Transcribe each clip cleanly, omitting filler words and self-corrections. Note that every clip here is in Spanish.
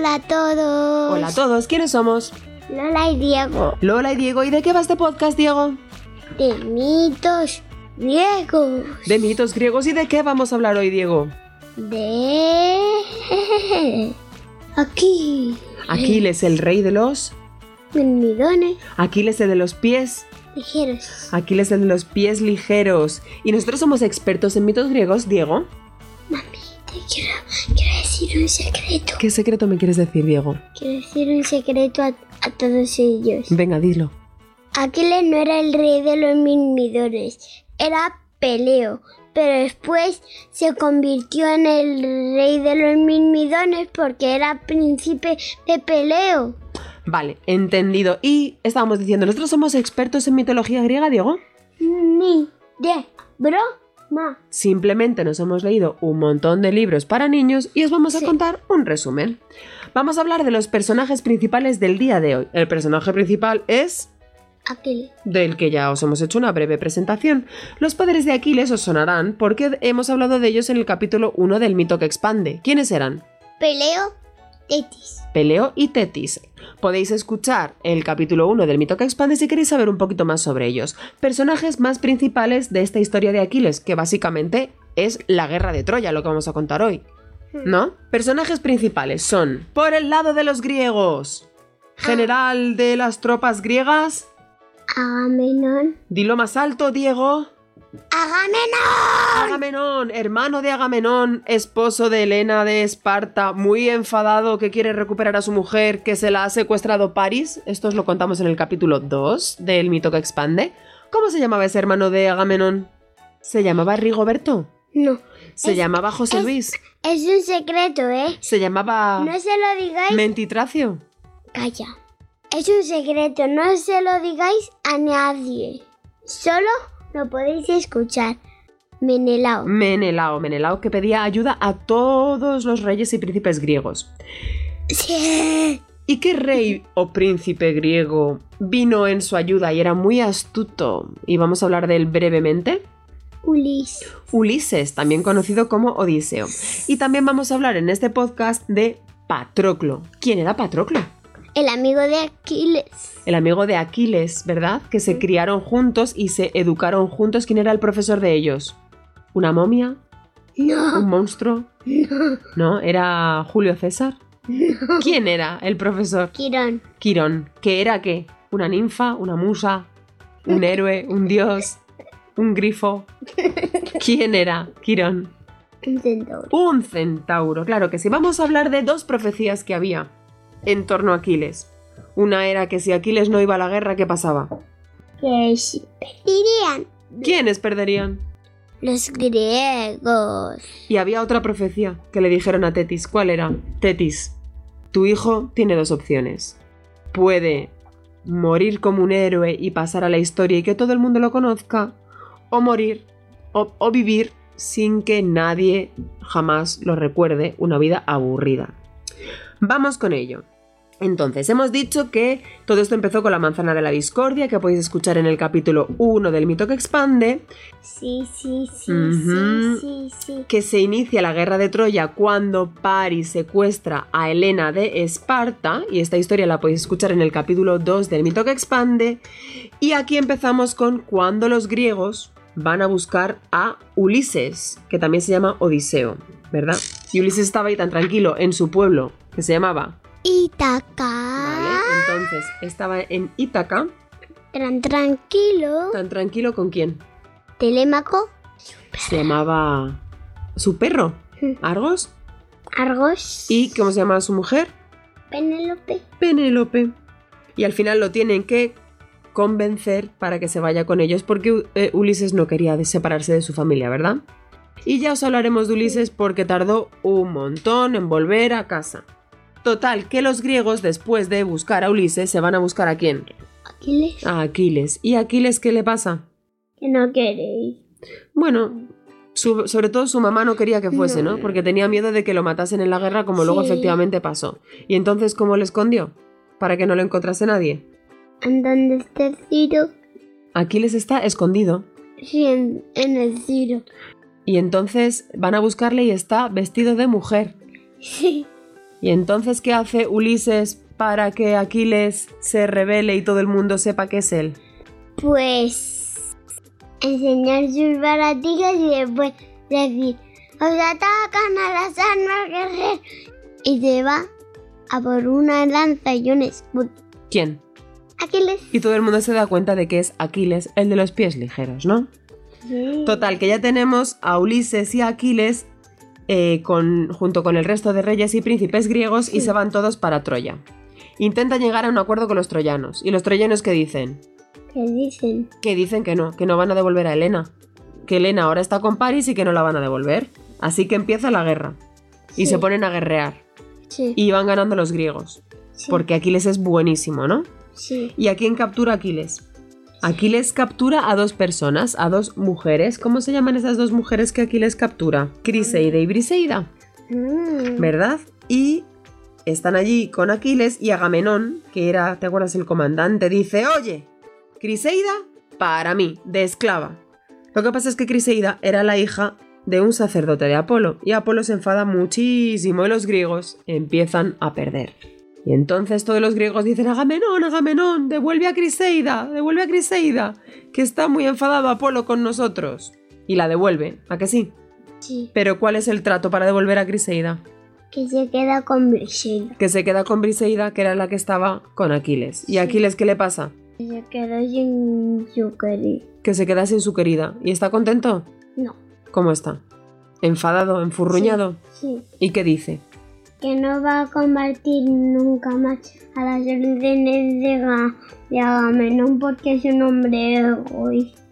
Hola a todos. Hola a todos, ¿quiénes somos? Lola y Diego. Lola y Diego, ¿y de qué va este podcast, Diego? De mitos griegos. De mitos griegos, ¿y de qué vamos a hablar hoy, Diego? De... Aquiles, el rey de los... Mirmidones Aquiles, el de los pies... ligeros. Aquiles, el de los pies ligeros. ¿Y nosotros somos expertos en mitos griegos, Diego? Mami, te quiero decir un secreto. ¿Qué secreto me quieres decir, Diego? Quiero decir un secreto a todos ellos. Venga, dilo. Aquiles no era el rey de los mirmidones, era Peleo. Pero después se convirtió en el rey de los mirmidones porque era príncipe de Peleo. Vale, entendido. Y estábamos diciendo, ¿nosotros somos expertos en mitología griega, Diego? Ni de broma. Simplemente nos hemos leído un montón de libros para niños y os vamos a contar un resumen. Vamos a hablar de los personajes principales del día de hoy. El personaje principal es... Aquiles. Del que ya os hemos hecho una breve presentación. Los padres de Aquiles os sonarán porque hemos hablado de ellos en el capítulo 1 del mito que expande. ¿Quiénes eran? Peleo, Tetis. Peleo y Tetis. Podéis escuchar el capítulo 1 del mito que expande si queréis saber un poquito más sobre ellos. Personajes más principales de esta historia de Aquiles, que básicamente es la guerra de Troya, lo que vamos a contar hoy. ¿No? Personajes principales son, por el lado de los griegos, general de las tropas griegas. Agamenón. Dilo más alto, Diego. ¡Agamenón! Agamenón, hermano de Agamenón, esposo de Helena de Esparta, muy enfadado, que quiere recuperar a su mujer, que se la ha secuestrado Paris. Esto os lo contamos en el capítulo 2 del mito que expande. ¿Cómo se llamaba ese hermano de Agamenón? ¿Se llamaba Rigoberto? No. ¿Se llamaba José Luis? Es un secreto, ¿eh? ¿Se llamaba No se lo digáis. Mentitracio? Calla. Es un secreto, no se lo digáis a nadie. Solo lo podéis escuchar. Menelao. Menelao, que pedía ayuda a todos los reyes y príncipes griegos. Sí. ¿Y qué rey o príncipe griego vino en su ayuda y era muy astuto? Y vamos a hablar de él brevemente. Ulises, también conocido como Odiseo. Y también vamos a hablar en este podcast de Patroclo. ¿Quién era Patroclo? El amigo de Aquiles. El amigo de Aquiles, ¿verdad? Que se criaron juntos y se educaron juntos. ¿Quién era el profesor de ellos? ¿Una momia? No. ¿Un monstruo? ¿No? ¿Era Julio César? ¿Quién era el profesor? Quirón. Quirón. ¿Qué era qué? ¿Una ninfa? ¿Una musa? ¿Un héroe? ¿Un dios? ¿Un grifo? ¿Quién era Quirón? Un centauro. Un centauro, claro que sí. Vamos a hablar de dos profecías que había en torno a Aquiles. Una era que si Aquiles no iba a la guerra, ¿qué pasaba? Que sí perderían. ¿Quiénes perderían? Los griegos. Y había otra profecía que le dijeron a Tetis. ¿Cuál era? Tetis, tu hijo tiene dos opciones. Puede morir como un héroe y pasar a la historia y que todo el mundo lo conozca, o morir, o vivir sin que nadie jamás lo recuerde, una vida aburrida. Vamos con ello. Entonces, hemos dicho que todo esto empezó con la manzana de la discordia, que podéis escuchar en el capítulo 1 del mito que expande. Sí. Que se inicia la guerra de Troya cuando Paris secuestra a Helena de Esparta, y esta historia la podéis escuchar en el capítulo 2 del mito que expande. Y aquí empezamos con cuando los griegos van a buscar a Ulises, que también se llama Odiseo, ¿verdad? Y Ulises estaba ahí tan tranquilo en su pueblo, que se llamaba Ítaca. Vale, entonces estaba en Ítaca. Tan tranquilo. ¿Tan tranquilo con quién? Telémaco. Se llamaba su perro, Argos. Argos. ¿Y cómo se llamaba su mujer? Penélope. Penélope. Y al final lo tienen que convencer para que se vaya con ellos porque Ulises no quería separarse de su familia, ¿verdad? Y ya os hablaremos de Ulises porque tardó un montón en volver a casa. Total, que los griegos, después de buscar a Ulises, se van a buscar ¿a quién? Aquiles. A Aquiles. ¿Y a Aquiles qué le pasa? Que no queréis. Bueno, sobre todo su mamá no quería que fuese, ¿no? Porque tenía miedo de que lo matasen en la guerra como luego efectivamente pasó. ¿Y entonces cómo le escondió? Para que no lo encontrase nadie. ¿En dónde está Ciro? Aquiles está escondido. Sí, en el Ciro. Y entonces van a buscarle y está vestido de mujer. Sí. ¿Y entonces qué hace Ulises para que Aquiles se revele y todo el mundo sepa que es él? Pues enseñar sus baraticas y después decir, os atacan a las armas guerreras. Y se va a por una lanza y un escudo. ¿Quién? Aquiles. Y todo el mundo se da cuenta de que es Aquiles, el de los pies ligeros, ¿no? Sí. Total, que ya tenemos a Ulises y a Aquiles junto con el resto de reyes y príncipes griegos y se van todos para Troya. Intentan llegar a un acuerdo con los troyanos. ¿Y los troyanos qué dicen? ¿Qué dicen? Que dicen que no van a devolver a Helena. Que Helena ahora está con Paris y que no la van a devolver. Así que empieza la guerra. Y se ponen a guerrear. Sí. Y van ganando los griegos. Sí. Porque Aquiles es buenísimo, ¿no? Sí. ¿Y a quién captura Aquiles? Aquiles captura a 2 personas, a 2 mujeres. ¿Cómo se llaman esas 2 mujeres que Aquiles captura? Criseida y Briseida, ¿verdad? Y están allí con Aquiles y Agamenón, que era, ¿te acuerdas? El comandante, dice, oye, Criseida, para mí, de esclava. Lo que pasa es que Criseida era la hija de un sacerdote de Apolo, y Apolo se enfada muchísimo y los griegos empiezan a perder. Y entonces todos los griegos dicen, Agamenón, Agamenón, devuelve a Criseida, que está muy enfadado Apolo con nosotros. Y la devuelve, ¿a que sí? Sí. Pero ¿cuál es el trato para devolver a Criseida? Que se queda con Briseida. Que se queda con Briseida, que era la que estaba con Aquiles. ¿Y a Aquiles qué le pasa? Se quedó sin su querida. Que se queda sin su querida. ¿Y está contento? No. ¿Cómo está? ¿Enfadado? ¿Enfurruñado? Sí. ¿Y qué dice? Que no va a combatir nunca más a las órdenes de Agamenón porque es un hombre egoísta.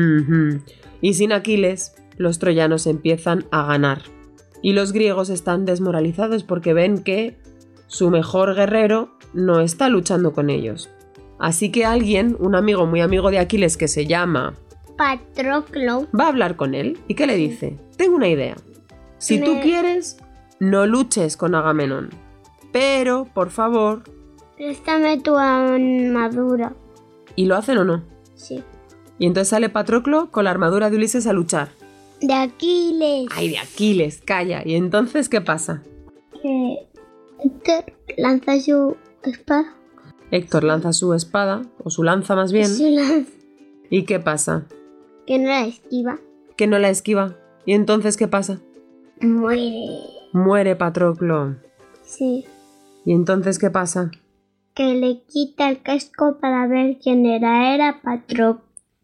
Y sin Aquiles, los troyanos empiezan a ganar. Y los griegos están desmoralizados porque ven que su mejor guerrero no está luchando con ellos. Así que alguien, un amigo muy amigo de Aquiles que se llama Patroclo, va a hablar con él. ¿Y qué le dice? Tengo una idea. Si tú quieres, no luches con Agamenón. Pero, por favor... préstame tu armadura. ¿Y lo hacen o no? Sí. Y entonces sale Patroclo con la armadura de Ulises a luchar. De Aquiles. ¡Ay, de Aquiles! Calla. ¿Y entonces qué pasa? Que Héctor lanza su espada. Héctor lanza su espada, o su lanza más bien. Su lanza. ¿Y qué pasa? Que no la esquiva. Que no la esquiva. ¿Y entonces qué pasa? Muere. Muere Patroclo. Sí. ¿Y entonces qué pasa? Que le quita el casco para ver quién era. Era Patroclo.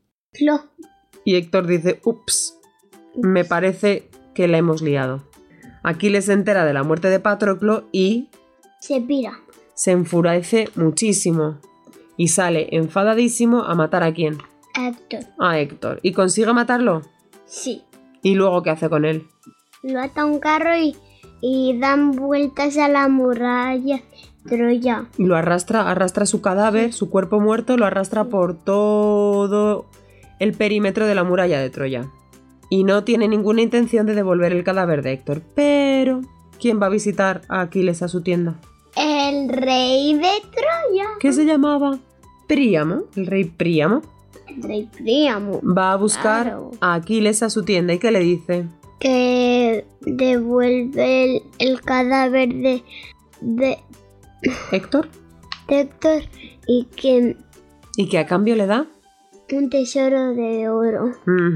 Y Héctor dice, ups, me parece que la hemos liado. Aquiles se entera de la muerte de Patroclo y se pira. Se enfurece muchísimo. Y sale enfadadísimo a matar ¿a quién? A Héctor. A Héctor. ¿Y consigue matarlo? Sí. ¿Y luego qué hace con él? Lo ata a un carro y dan vueltas a la muralla de Troya. Y lo arrastra su cadáver, su cuerpo muerto, lo arrastra por todo el perímetro de la muralla de Troya. Y no tiene ninguna intención de devolver el cadáver de Héctor. Pero, ¿quién va a visitar a Aquiles a su tienda? El rey de Troya. ¿Qué se llamaba? Príamo, el rey Príamo. El rey Príamo. Va a buscar a Aquiles a su tienda. ¿Y qué le dice? Que devuelve el cadáver de ¿Héctor? De Héctor y que a cambio le da un tesoro de oro.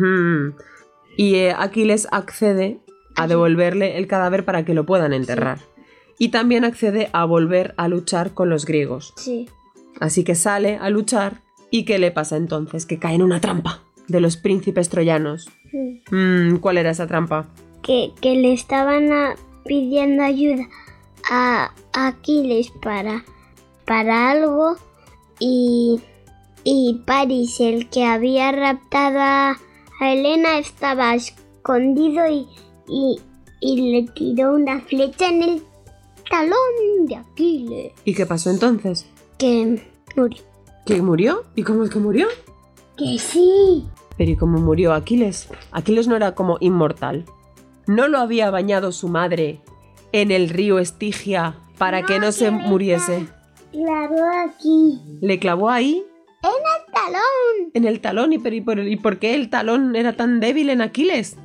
Y Aquiles accede a devolverle el cadáver para que lo puedan enterrar. Sí. Y también accede a volver a luchar con los griegos. Sí. Así que sale a luchar. ¿Y qué le pasa entonces? Que cae en una trampa de los príncipes troyanos. Sí. ¿Cuál era esa trampa? Que le estaban pidiendo ayuda a Aquiles para algo y Paris, el que había raptado a Helena, estaba escondido y le tiró una flecha en el talón de Aquiles. ¿Y qué pasó entonces? Que murió. ¿Que murió? ¿Y cómo es que murió? Que sí. Pero ¿y cómo murió Aquiles? Aquiles no era como inmortal. ¿No lo había bañado su madre en el río Estigia para que no se muriese? Clavó aquí. ¿Le clavó ahí? En el talón. En el talón. ¿Y por qué el talón era tan débil en Aquiles?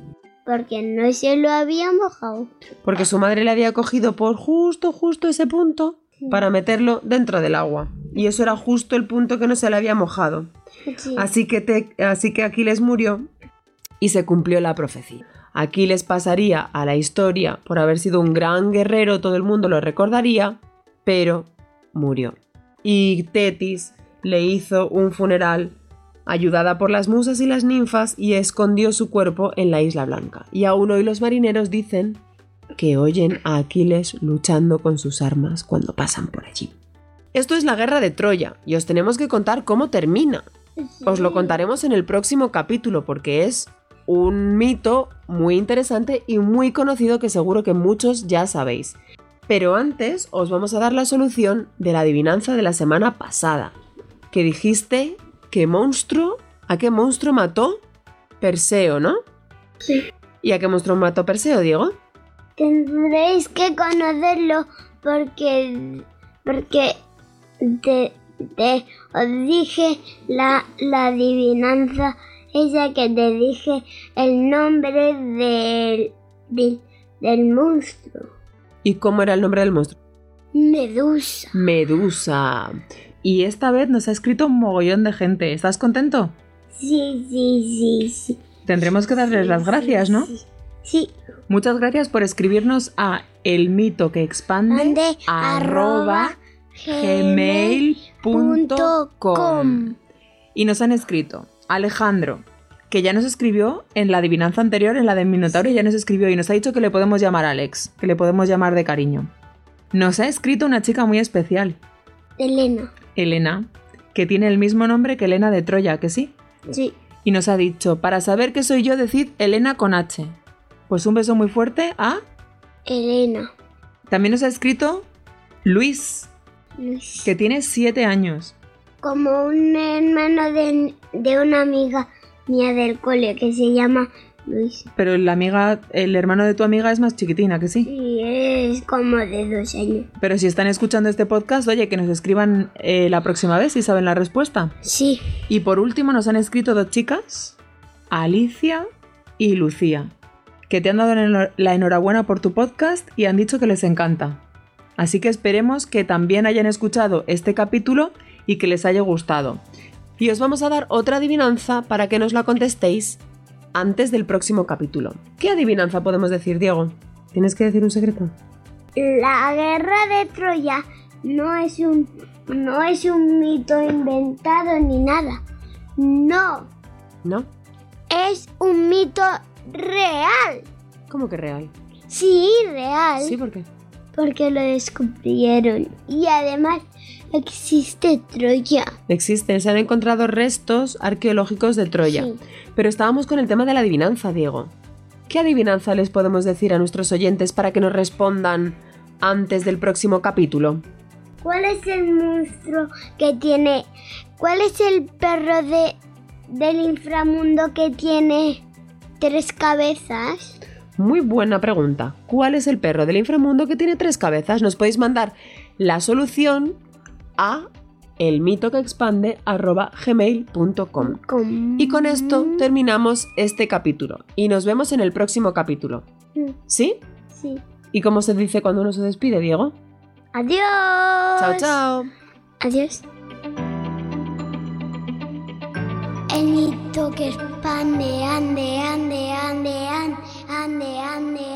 porque no se lo había mojado. Porque su madre le había cogido por justo ese punto para meterlo dentro del agua. Y eso era justo el punto que no se le había mojado. Sí. Así que Aquiles murió y se cumplió la profecía. Aquiles pasaría a la historia por haber sido un gran guerrero, todo el mundo lo recordaría, pero murió. Y Tetis le hizo un funeral ayudada por las musas y las ninfas y escondió su cuerpo en la Isla Blanca. Y aún hoy los marineros dicen que oyen a Aquiles luchando con sus armas cuando pasan por allí. Esto es la guerra de Troya y os tenemos que contar cómo termina. Os lo contaremos en el próximo capítulo porque es un mito muy interesante y muy conocido que seguro que muchos ya sabéis. Pero antes os vamos a dar la solución de la adivinanza de la semana pasada, que dijiste ¿a qué monstruo mató Perseo, no? Sí. ¿Y a qué monstruo mató Perseo, Diego? Tendréis que conocerlo porque os dije la adivinanza esa que te dije el nombre del monstruo. ¿Y cómo era el nombre del monstruo? Medusa. Medusa. Y esta vez nos ha escrito un mogollón de gente. ¿Estás contento? Sí. Tendremos que darles las gracias, ¿no? Sí. Muchas gracias por escribirnos a elmitoqueexpande@gmail.com. Y nos han escrito Alejandro, que ya nos escribió en la adivinanza anterior, en la del Minotauro, ya nos escribió y nos ha dicho que le podemos llamar Alex, que le podemos llamar de cariño. Nos ha escrito una chica muy especial. Elena, que tiene el mismo nombre que Helena de Troya, ¿que sí? Sí. Y nos ha dicho, para saber que soy yo, decid Elena con H. Pues un beso muy fuerte a Elena. También nos ha escrito Luis, que tiene 7 años. Como un hermano de una amiga mía del cole que se llama Luis. Pero el hermano de tu amiga es más chiquitina, ¿que sí? Sí, es como de 2 años. Pero si están escuchando este podcast, oye, que nos escriban la próxima vez si saben la respuesta. Sí. Y por último nos han escrito 2 chicas, Alicia y Lucía, que te han dado la enhorabuena por tu podcast y han dicho que les encanta. Así que esperemos que también hayan escuchado este capítulo y que les haya gustado. Y os vamos a dar otra adivinanza para que nos la contestéis antes del próximo capítulo. ¿Qué adivinanza podemos decir, Diego? ¿Tienes que decir un secreto? La guerra de Troya no es un mito inventado ni nada. No. ¿No? Es un mito real. ¿Cómo que real? Sí, real. ¿Sí? ¿Por qué? Porque lo descubrieron. Y además existe Troya. Existe, se han encontrado restos arqueológicos de Troya. Sí. Pero estábamos con el tema de la adivinanza, Diego. ¿Qué adivinanza les podemos decir a nuestros oyentes para que nos respondan antes del próximo capítulo? ¿Cuál es el monstruo que tiene? ¿Cuál es el perro del inframundo que tiene 3 cabezas? Muy buena pregunta. ¿Cuál es el perro del inframundo que tiene 3 cabezas? Nos podéis mandar la solución a elmitoqueexpande@gmail.com. Y con esto terminamos este capítulo y nos vemos en el próximo capítulo. ¿Sí? Sí. ¿Y cómo se dice cuando uno se despide, Diego? Adiós. Chao, chao. Adiós. El mito que expande, ande.